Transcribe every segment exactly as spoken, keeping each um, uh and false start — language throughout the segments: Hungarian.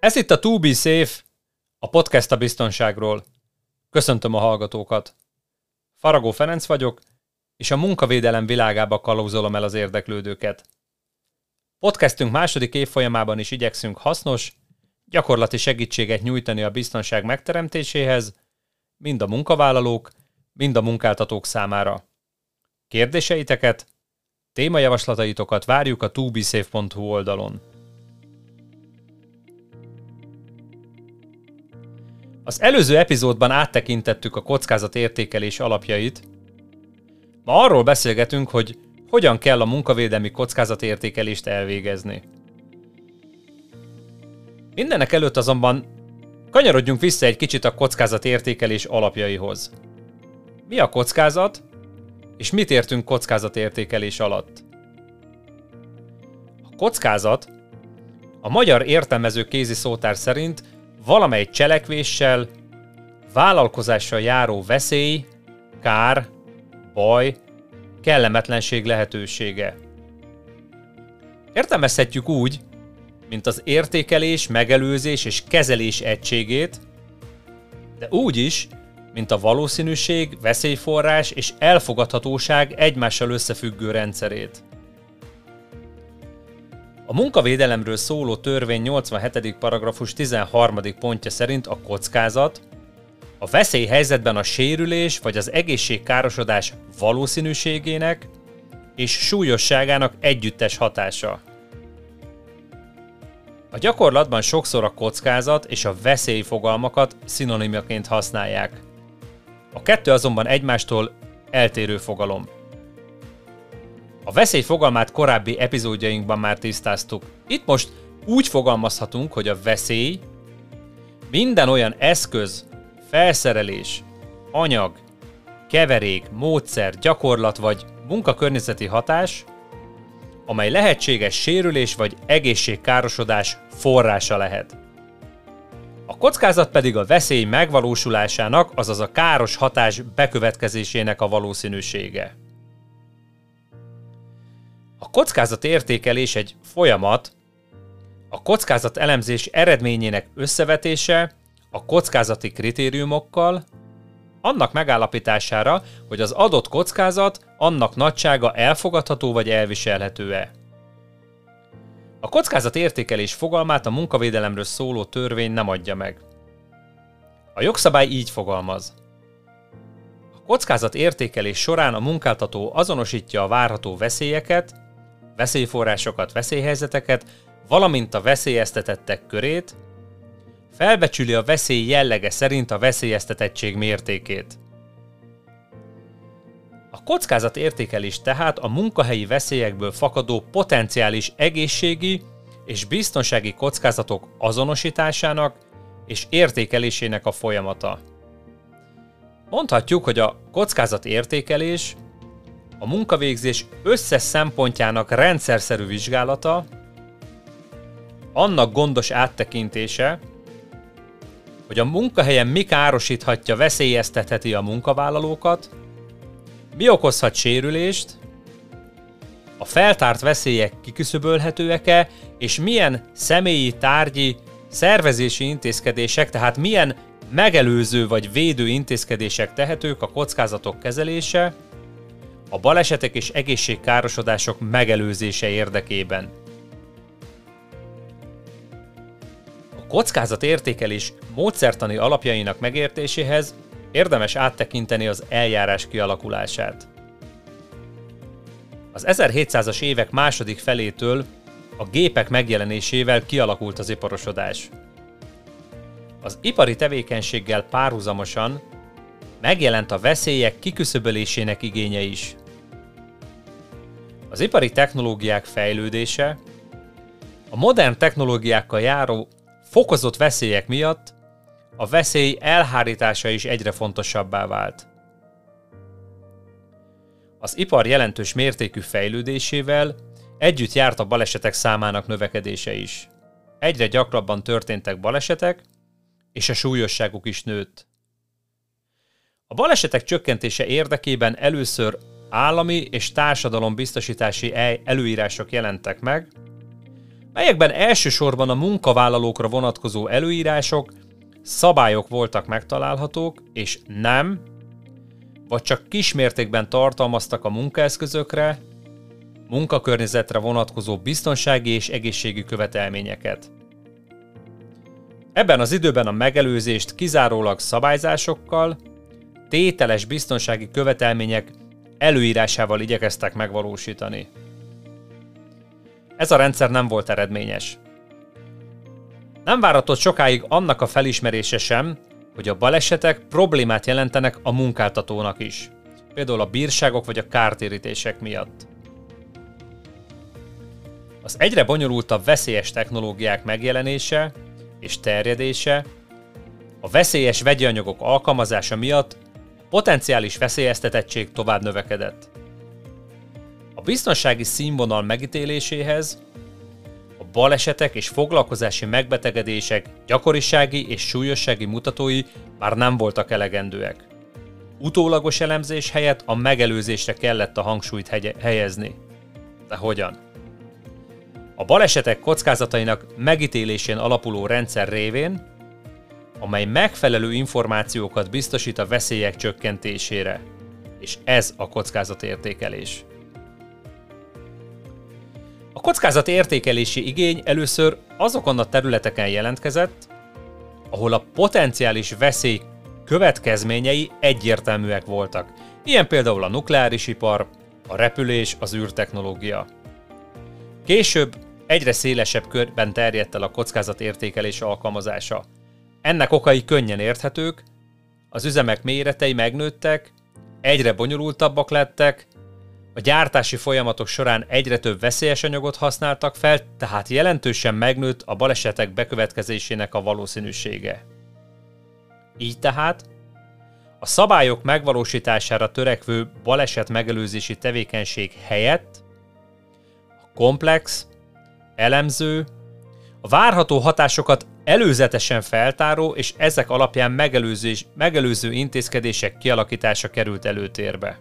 Ez itt a To Be Safe, a podcast a biztonságról. Köszöntöm a hallgatókat. Faragó Ferenc vagyok, és a munkavédelem világába kalauzolom el az érdeklődőket. Podcastünk második évfolyamában is igyekszünk hasznos, gyakorlati segítséget nyújtani a biztonság megteremtéséhez, mind a munkavállalók, mind a munkáltatók számára. Kérdéseiteket, témajavaslataitokat várjuk a to be safe pont hu oldalon. Az előző epizódban áttekintettük a kockázatértékelés alapjait. Ma arról beszélgetünk, hogy hogyan kell a munkavédelmi kockázatértékelést elvégezni. Mindenek előtt azonban kanyarodjunk vissza egy kicsit a kockázatértékelés alapjaihoz. Mi a kockázat, és mit értünk kockázatértékelés alatt? A kockázat a magyar értelmező kézi szótár szerint valamely cselekvéssel, vállalkozással járó veszély, kár, baj, kellemetlenség lehetősége. Értelmezhetjük úgy, mint az értékelés, megelőzés és kezelés egységét, de úgy is, mint a valószínűség, veszélyforrás és elfogadhatóság egymással összefüggő rendszerét. A munkavédelemről szóló törvény nyolcvanhetedik paragrafus tizenharmadik pontja szerint a kockázat a veszélyhelyzetben a sérülés vagy az egészségkárosodás valószínűségének és súlyosságának együttes hatása. A gyakorlatban sokszor a kockázat és a veszély fogalmakat szinonimaként használják. A kettő azonban egymástól eltérő fogalom. A veszély fogalmát korábbi epizódjainkban már tisztáztuk. Itt most úgy fogalmazhatunk, hogy a veszély minden olyan eszköz, felszerelés, anyag, keverék, módszer, gyakorlat vagy munkakörnyezeti hatás, amely lehetséges sérülés vagy egészségkárosodás forrása lehet. A kockázat pedig a veszély megvalósulásának, azaz a káros hatás bekövetkezésének a valószínűsége. A kockázatértékelés egy folyamat, a kockázat elemzés eredményének összevetése a kockázati kritériumokkal, annak megállapítására, hogy az adott kockázat, annak nagysága elfogadható vagy elviselhető-e. A kockázatértékelés fogalmát a munkavédelemről szóló törvény nem adja meg. A jogszabály így fogalmaz. A kockázatértékelés során a munkáltató azonosítja a várható veszélyeket, veszélyforrásokat, veszélyhelyzeteket, valamint a veszélyeztetettek körét, felbecsüli a veszély jellege szerint a veszélyeztetettség mértékét. A kockázatértékelés tehát a munkahelyi veszélyekből fakadó potenciális egészségi és biztonsági kockázatok azonosításának és értékelésének a folyamata. Mondhatjuk, hogy a kockázatértékelés a munkavégzés összes szempontjának rendszerszerű vizsgálata, annak gondos áttekintése, hogy a munkahelyen mi károsíthatja, veszélyeztetheti a munkavállalókat, mi okozhat sérülést, a feltárt veszélyek kiküszöbölhetőek-e, és milyen személyi, tárgyi, szervezési intézkedések, tehát milyen megelőző vagy védő intézkedések tehetők a kockázatok kezelése, a balesetek és egészségkárosodások megelőzése érdekében. A kockázatértékelés módszertani alapjainak megértéséhez érdemes áttekinteni az eljárás kialakulását. Az ezerhétszázas évek második felétől a gépek megjelenésével kialakult az iparosodás. Az ipari tevékenységgel párhuzamosan megjelent a veszélyek kiküszöbölésének igénye is. Az ipari technológiák fejlődése, a modern technológiákkal járó fokozott veszélyek miatt a veszély elhárítása is egyre fontosabbá vált. Az ipar jelentős mértékű fejlődésével együtt járt a balesetek számának növekedése is. Egyre gyakrabban történtek balesetek, és a súlyosságuk is nőtt. A balesetek csökkentése érdekében először állami és társadalombiztosítási előírások jelentek meg, melyekben elsősorban a munkavállalókra vonatkozó előírások, szabályok voltak megtalálhatók, és nem, vagy csak kismértékben tartalmaztak a munkaeszközökre, munkakörnyezetre vonatkozó biztonsági és egészségügyi követelményeket. Ebben az időben a megelőzést kizárólag szabályzásokkal, tételes biztonsági követelmények előírásával igyekeztek megvalósítani. Ez a rendszer nem volt eredményes. Nem váratott sokáig annak a felismerése sem, hogy a balesetek problémát jelentenek a munkáltatónak is, például a bírságok vagy a kártérítések miatt. Az egyre bonyolultabb veszélyes technológiák megjelenése és terjedése, a veszélyes vegyi anyagok alkalmazása miatt a potenciális veszélyeztetettség tovább növekedett. A biztonsági színvonal megítéléséhez a balesetek és foglalkozási megbetegedések gyakorisági és súlyossági mutatói már nem voltak elegendőek. Utólagos elemzés helyett a megelőzésre kellett a hangsúlyt hegye- helyezni. De hogyan? A balesetek kockázatainak megítélésén alapuló rendszer révén, amely megfelelő információkat biztosít a veszélyek csökkentésére, és ez a kockázatértékelés. A kockázatértékelési igény először azokon a területeken jelentkezett, ahol a potenciális veszély következményei egyértelműek voltak, ilyen például a nukleáris ipar, a repülés, az űrtechnológia. Később egyre szélesebb körben terjedt el a kockázatértékelés alkalmazása. Ennek okai könnyen érthetők, az üzemek méretei megnőttek, egyre bonyolultabbak lettek, a gyártási folyamatok során egyre több veszélyes anyagot használtak fel, tehát jelentősen megnőtt a balesetek bekövetkezésének a valószínűsége. Így tehát a szabályok megvalósítására törekvő baleset megelőzési tevékenység helyett a komplex, elemző, a várható hatásokat előzetesen feltáró és ezek alapján megelőző, megelőző intézkedések kialakítása került előtérbe.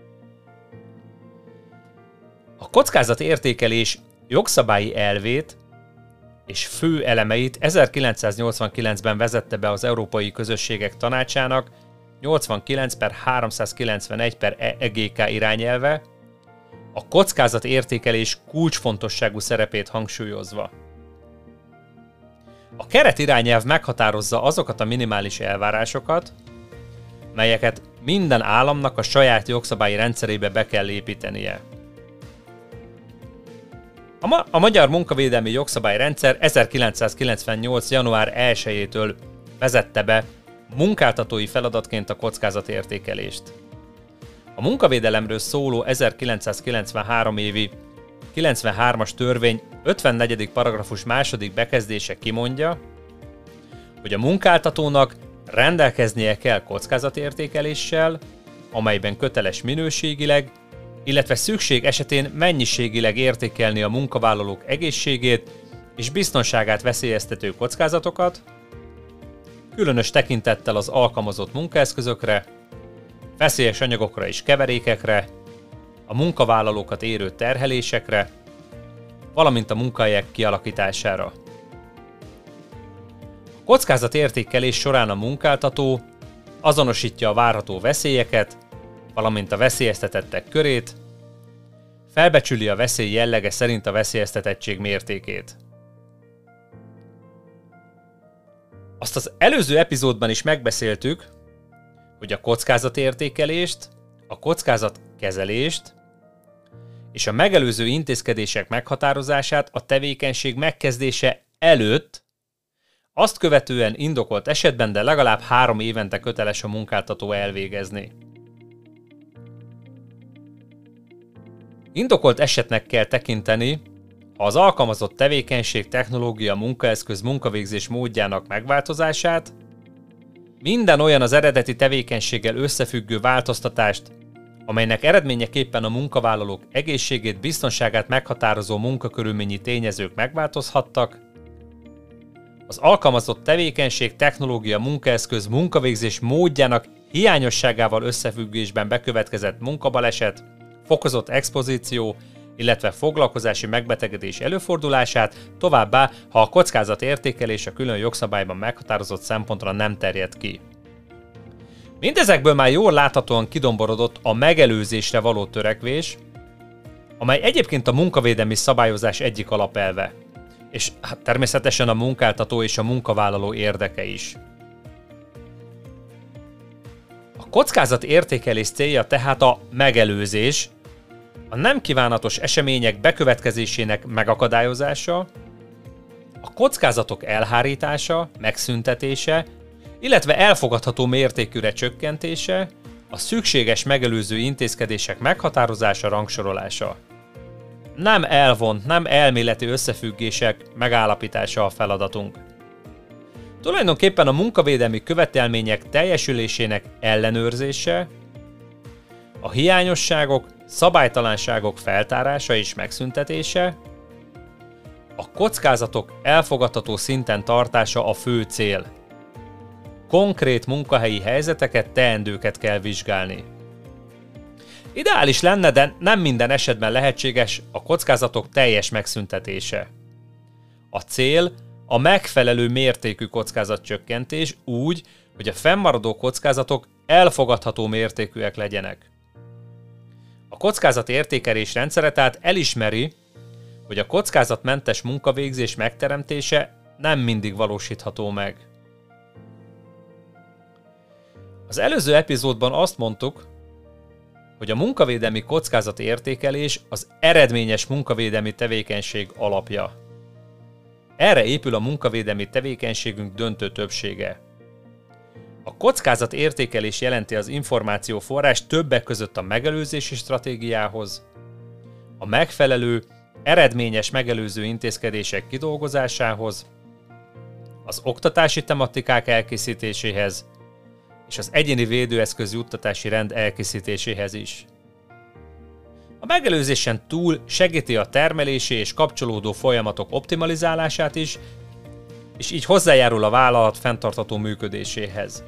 A kockázatértékelés jogszabályi elvét és fő elemeit ezerkilencszáznyolcvankilencben vezette be az Európai Közösségek Tanácsának nyolcvankilenc per háromszázkilencvenegy per E G K irányelve, a kockázatértékelés kulcsfontosságú szerepét hangsúlyozva. A keretirányelv meghatározza azokat a minimális elvárásokat, melyeket minden államnak a saját jogszabályi rendszerébe be kell építenie. A, ma- a Magyar Munkavédelmi Jogszabályrendszer ezerkilencszázkilencvennyolc. január elsejétől vezette be munkáltatói feladatként a kockázatértékelést. A munkavédelemről szóló ezerkilencszázkilencvenhárom évi kilencvenhármas törvény ötvennegyedik paragrafus második bekezdése kimondja, hogy a munkáltatónak rendelkeznie kell kockázatértékeléssel, amelyben köteles minőségileg, illetve szükség esetén mennyiségileg értékelni a munkavállalók egészségét és biztonságát veszélyeztető kockázatokat, különös tekintettel az alkalmazott munkaeszközökre, veszélyes anyagokra és keverékekre, a munkavállalókat érő terhelésekre, valamint a munkahelyek kialakítására. A kockázatértékelés során a munkáltató azonosítja a várható veszélyeket, valamint a veszélyeztetettek körét, felbecsüli a veszély jellege szerint a veszélyeztetettség mértékét. Azt az előző epizódban is megbeszéltük, hogy a kockázatértékelést, a kockázatkezelést és a megelőző intézkedések meghatározását a tevékenység megkezdése előtt, azt követően indokolt esetben, de legalább három évente köteles a munkáltató elvégezni. Indokolt esetnek kell tekinteni, ha az alkalmazott tevékenység, technológia, munkaeszköz, munkavégzés módjának megváltozását, minden olyan az eredeti tevékenységgel összefüggő változtatást, amelynek eredményeképpen a munkavállalók egészségét, biztonságát meghatározó munkakörülményi tényezők megváltozhattak, az alkalmazott tevékenység, technológia, munkaeszköz, munkavégzés módjának hiányosságával összefüggésben bekövetkezett munkabaleset, fokozott expozíció, illetve foglalkozási megbetegedés előfordulását, továbbá, ha a kockázatértékelés a külön jogszabályban meghatározott szempontra nem terjed ki. Mindezekből már jól láthatóan kidomborodott a megelőzésre való törekvés, amely egyébként a munkavédelmi szabályozás egyik alapelve, és hát természetesen a munkáltató és a munkavállaló érdeke is. A kockázatértékelés célja tehát a megelőzés, a nem kívánatos események bekövetkezésének megakadályozása, a kockázatok elhárítása, megszüntetése, illetve elfogadható mértékűre csökkentése, a szükséges megelőző intézkedések meghatározása, rangsorolása. Nem elvont, nem elméleti összefüggések megállapítása a feladatunk. Tulajdonképpen a munkavédelmi követelmények teljesülésének ellenőrzése, a hiányosságok, szabálytalanságok feltárása és megszüntetése, a kockázatok elfogadható szinten tartása a fő cél. Konkrét munkahelyi helyzeteket, teendőket kell vizsgálni. Ideális lenne, de nem minden esetben lehetséges a kockázatok teljes megszüntetése. A cél a megfelelő mértékű kockázatcsökkentés úgy, hogy a fennmaradó kockázatok elfogadható mértékűek legyenek. A kockázatértékelés rendszere tehát elismeri, hogy a kockázatmentes munkavégzés megteremtése nem mindig valósítható meg. Az előző epizódban azt mondtuk, hogy a munkavédelmi kockázatértékelés az eredményes munkavédelmi tevékenység alapja. Erre épül a munkavédelmi tevékenységünk döntő többsége. A kockázatértékelés jelenti az információforrás többek között a megelőzési stratégiához, a megfelelő, eredményes megelőző intézkedések kidolgozásához, az oktatási tematikák elkészítéséhez, és az egyéni védőeszköz juttatási rend elkészítéséhez is. A megelőzésen túl segíti a termelési és kapcsolódó folyamatok optimalizálását is, és így hozzájárul a vállalat fenntartható működéséhez.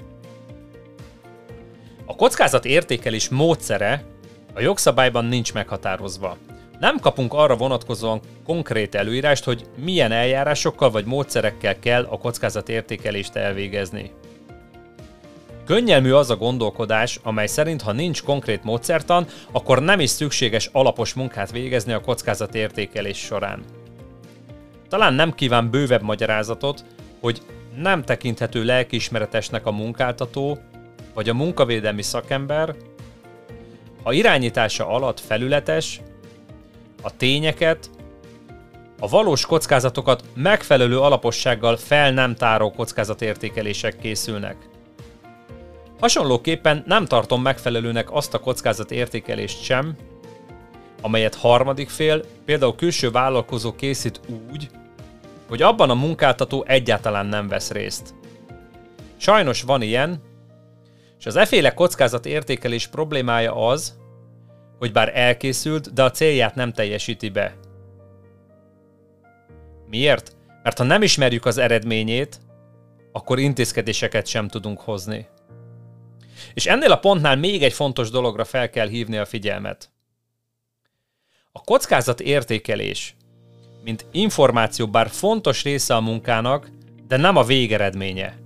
A kockázatértékelés módszere a jogszabályban nincs meghatározva. Nem kapunk arra vonatkozóan konkrét előírást, hogy milyen eljárásokkal vagy módszerekkel kell a kockázatértékelést elvégezni. Könnyelmű az a gondolkodás, amely szerint ha nincs konkrét módszertan, akkor nem is szükséges alapos munkát végezni a kockázatértékelés során. Talán nem kíván bővebb magyarázatot, hogy nem tekinthető lelkiismeretesnek a munkáltató vagy a munkavédelmi szakember, ha irányítása alatt felületes, a tényeket, a valós kockázatokat megfelelő alapossággal fel nem táró kockázatértékelések készülnek. Hasonlóképpen nem tartom megfelelőnek azt a kockázatértékelést sem, amelyet harmadik fél, például külső vállalkozó készít úgy, hogy abban a munkáltató egyáltalán nem vesz részt. Sajnos van ilyen, és az efféle kockázatértékelés problémája az, hogy bár elkészült, de a célját nem teljesíti be. Miért? Mert ha nem ismerjük az eredményét, akkor intézkedéseket sem tudunk hozni. És ennél a pontnál még egy fontos dologra fel kell hívni a figyelmet. A kockázatértékelés, mint információ, bár fontos része a munkának, de nem a végeredménye.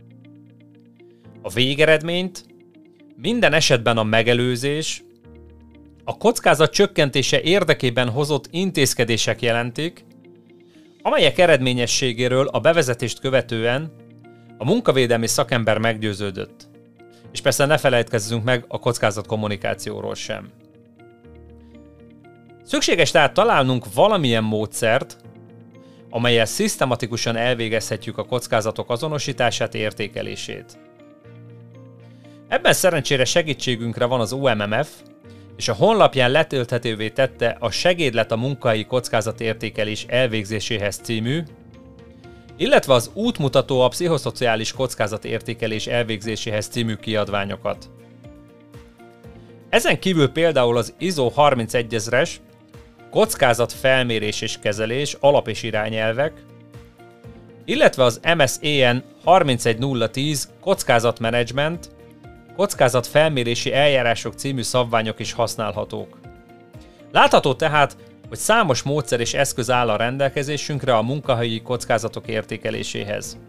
A végeredményt minden esetben a megelőzés, a kockázat csökkentése érdekében hozott intézkedések jelentik, amelyek eredményességéről a bevezetést követően a munkavédelmi szakember meggyőződött. És persze ne felejtkezzünk meg a kockázatkommunikációról sem. Szükséges tehát találnunk valamilyen módszert, amellyel szisztematikusan elvégezhetjük a kockázatok azonosítását, értékelését. Ebben szerencsére segítségünkre van az o em em ef, és a honlapján letölthetővé tette a Segédlet a munkahelyi kockázatértékelés elvégzéséhez című, illetve az Útmutató a pszichoszociális kockázatértékelés elvégzéséhez című kiadványokat. Ezen kívül például az i es o harmincegyezres kockázatfelmérés és kezelés alap- és irányelvek, illetve az em es á en harmincegynullatíz kockázatmenedzsment, kockázatfelmérési eljárások című szabványok is használhatók. Látható tehát, hogy számos módszer és eszköz áll a rendelkezésünkre a munkahelyi kockázatok értékeléséhez.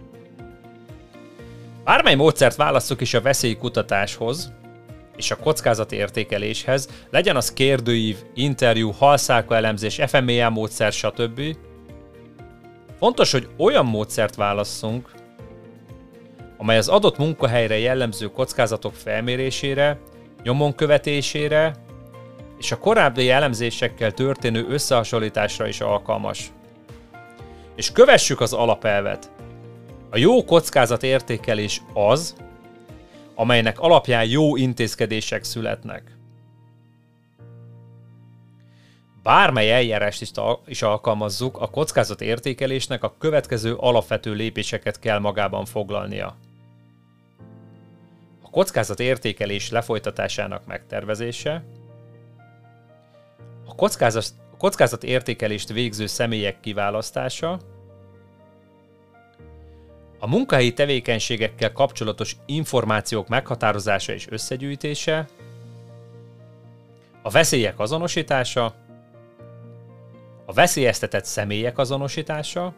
Bármely módszert válasszuk is a veszélykutatáshoz és a kockázatértékeléshez, legyen az kérdőív, interjú, halszálka elemzés, ef em é á módszer, stb. Fontos, hogy olyan módszert válasszunk, amely az adott munkahelyre jellemző kockázatok felmérésére, nyomon követésére és a korábbi elemzésekkel történő összehasonlításra is alkalmas. És kövessük az alapelvet. A jó kockázatértékelés az, amelynek alapján jó intézkedések születnek. Bármely eljárást is alkalmazzuk, a kockázatértékelésnek a következő alapvető lépéseket kell magában foglalnia. A kockázatértékelés lefolytatásának megtervezése, a kockázat, a kockázatértékelést végző személyek kiválasztása, a munkahelyi tevékenységekkel kapcsolatos információk meghatározása és összegyűjtése, a veszélyek azonosítása, a veszélyeztetett személyek azonosítása,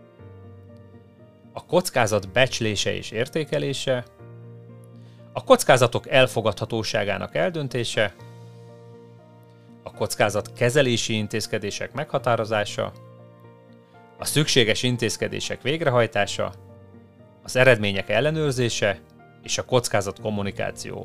a kockázat becslése és értékelése, a kockázatok elfogadhatóságának eldöntése, a kockázat kezelési intézkedések meghatározása, a szükséges intézkedések végrehajtása, az eredmények ellenőrzése és a kockázat kommunikáció.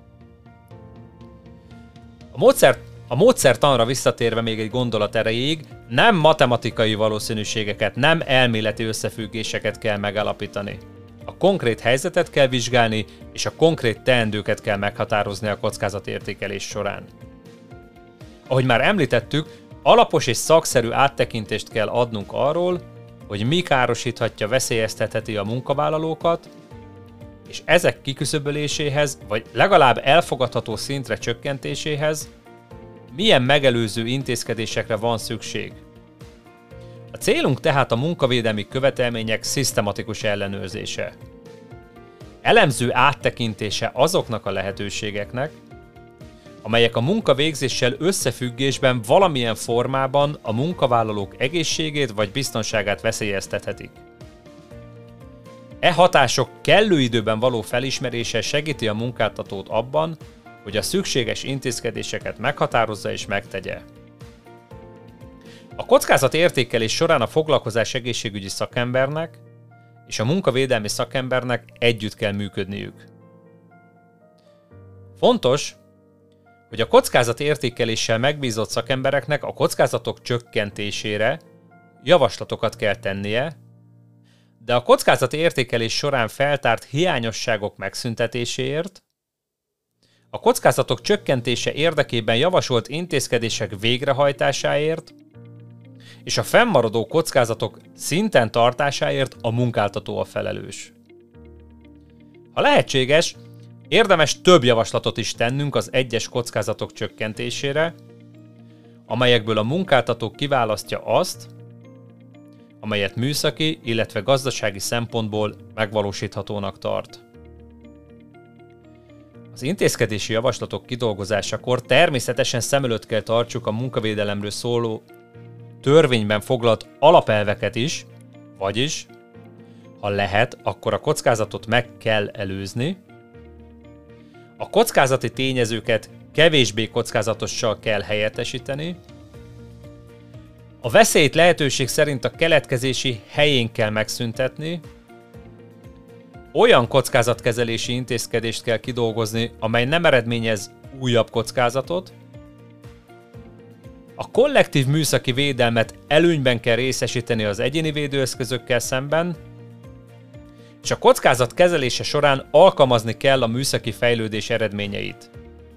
A, módszer, a módszertanra visszatérve még egy gondolat erejéig, nem matematikai valószínűségeket, nem elméleti összefüggéseket kell megállapítani. A konkrét helyzetet kell vizsgálni, és a konkrét teendőket kell meghatározni a kockázatértékelés során. Ahogy már említettük, alapos és szakszerű áttekintést kell adnunk arról, hogy mi károsíthatja, veszélyeztetheti a munkavállalókat, és ezek kiküszöböléséhez, vagy legalább elfogadható szintre csökkentéséhez milyen megelőző intézkedésekre van szükség. A célunk tehát a munkavédelmi követelmények szisztematikus ellenőrzése. Elemző áttekintése azoknak a lehetőségeknek, amelyek a munkavégzéssel összefüggésben valamilyen formában a munkavállalók egészségét vagy biztonságát veszélyeztethetik. E hatások kellő időben való felismerése segíti a munkáltatót abban, hogy a szükséges intézkedéseket meghatározza és megtegye. A kockázatértékelés során a foglalkozás egészségügyi szakembernek és a munkavédelmi szakembernek együtt kell működniük. Fontos, hogy a kockázatértékeléssel megbízott szakembereknek a kockázatok csökkentésére javaslatokat kell tennie, de a kockázatértékelés során feltárt hiányosságok megszüntetéséért, a kockázatok csökkentése érdekében javasolt intézkedések végrehajtásáért és a fennmaradó kockázatok szinten tartásáért a munkáltató a felelős. Ha lehetséges, érdemes több javaslatot is tennünk az egyes kockázatok csökkentésére, amelyekből a munkáltató kiválasztja azt, amelyet műszaki, illetve gazdasági szempontból megvalósíthatónak tart. Az intézkedési javaslatok kidolgozásakor természetesen szem előtt kell tartsuk a munkavédelemről szóló törvényben foglalt alapelveket is, vagyis, ha lehet, akkor a kockázatot meg kell előzni, a kockázati tényezőket kevésbé kockázatossal kell helyettesíteni, a veszélyt lehetőség szerint a keletkezési helyén kell megszüntetni, olyan kockázatkezelési intézkedést kell kidolgozni, amely nem eredményez újabb kockázatot, a kollektív műszaki védelmet előnyben kell részesíteni az egyéni védőeszközökkel szemben, és a kockázat kezelése során alkalmazni kell a műszaki fejlődés eredményeit.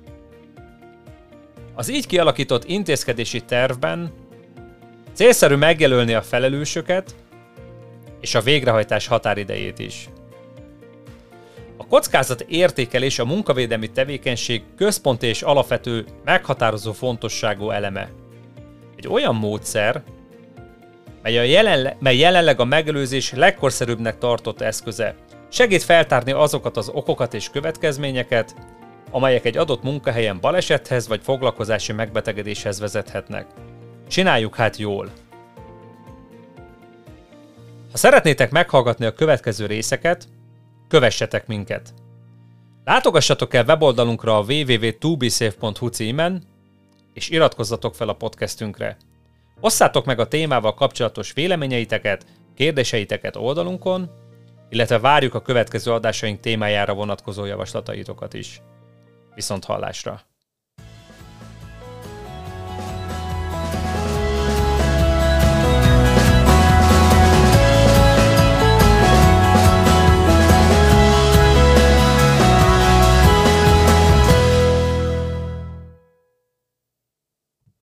Az így kialakított intézkedési tervben célszerű megjelölni a felelősöket és a végrehajtás határidejét is. A kockázat értékelés a munkavédelmi tevékenység központi és alapvető meghatározó fontosságú eleme. Egy olyan módszer, mely, a jelenle- mely jelenleg a megelőzés legkorszerűbbnek tartott eszköze, segít feltárni azokat az okokat és következményeket, amelyek egy adott munkahelyen balesethez vagy foglalkozási megbetegedéshez vezethetnek. Csináljuk hát jól! Ha szeretnétek meghallgatni a következő részeket, kövessetek minket! Látogassatok el weboldalunkra a double-u double-u double-u pont to be safe pont hu címen, és iratkozzatok fel a podcastünkre. Osszátok meg a témával kapcsolatos véleményeiteket, kérdéseiteket oldalunkon, illetve várjuk a következő adásaink témájára vonatkozó javaslataitokat is. Viszont hallásra!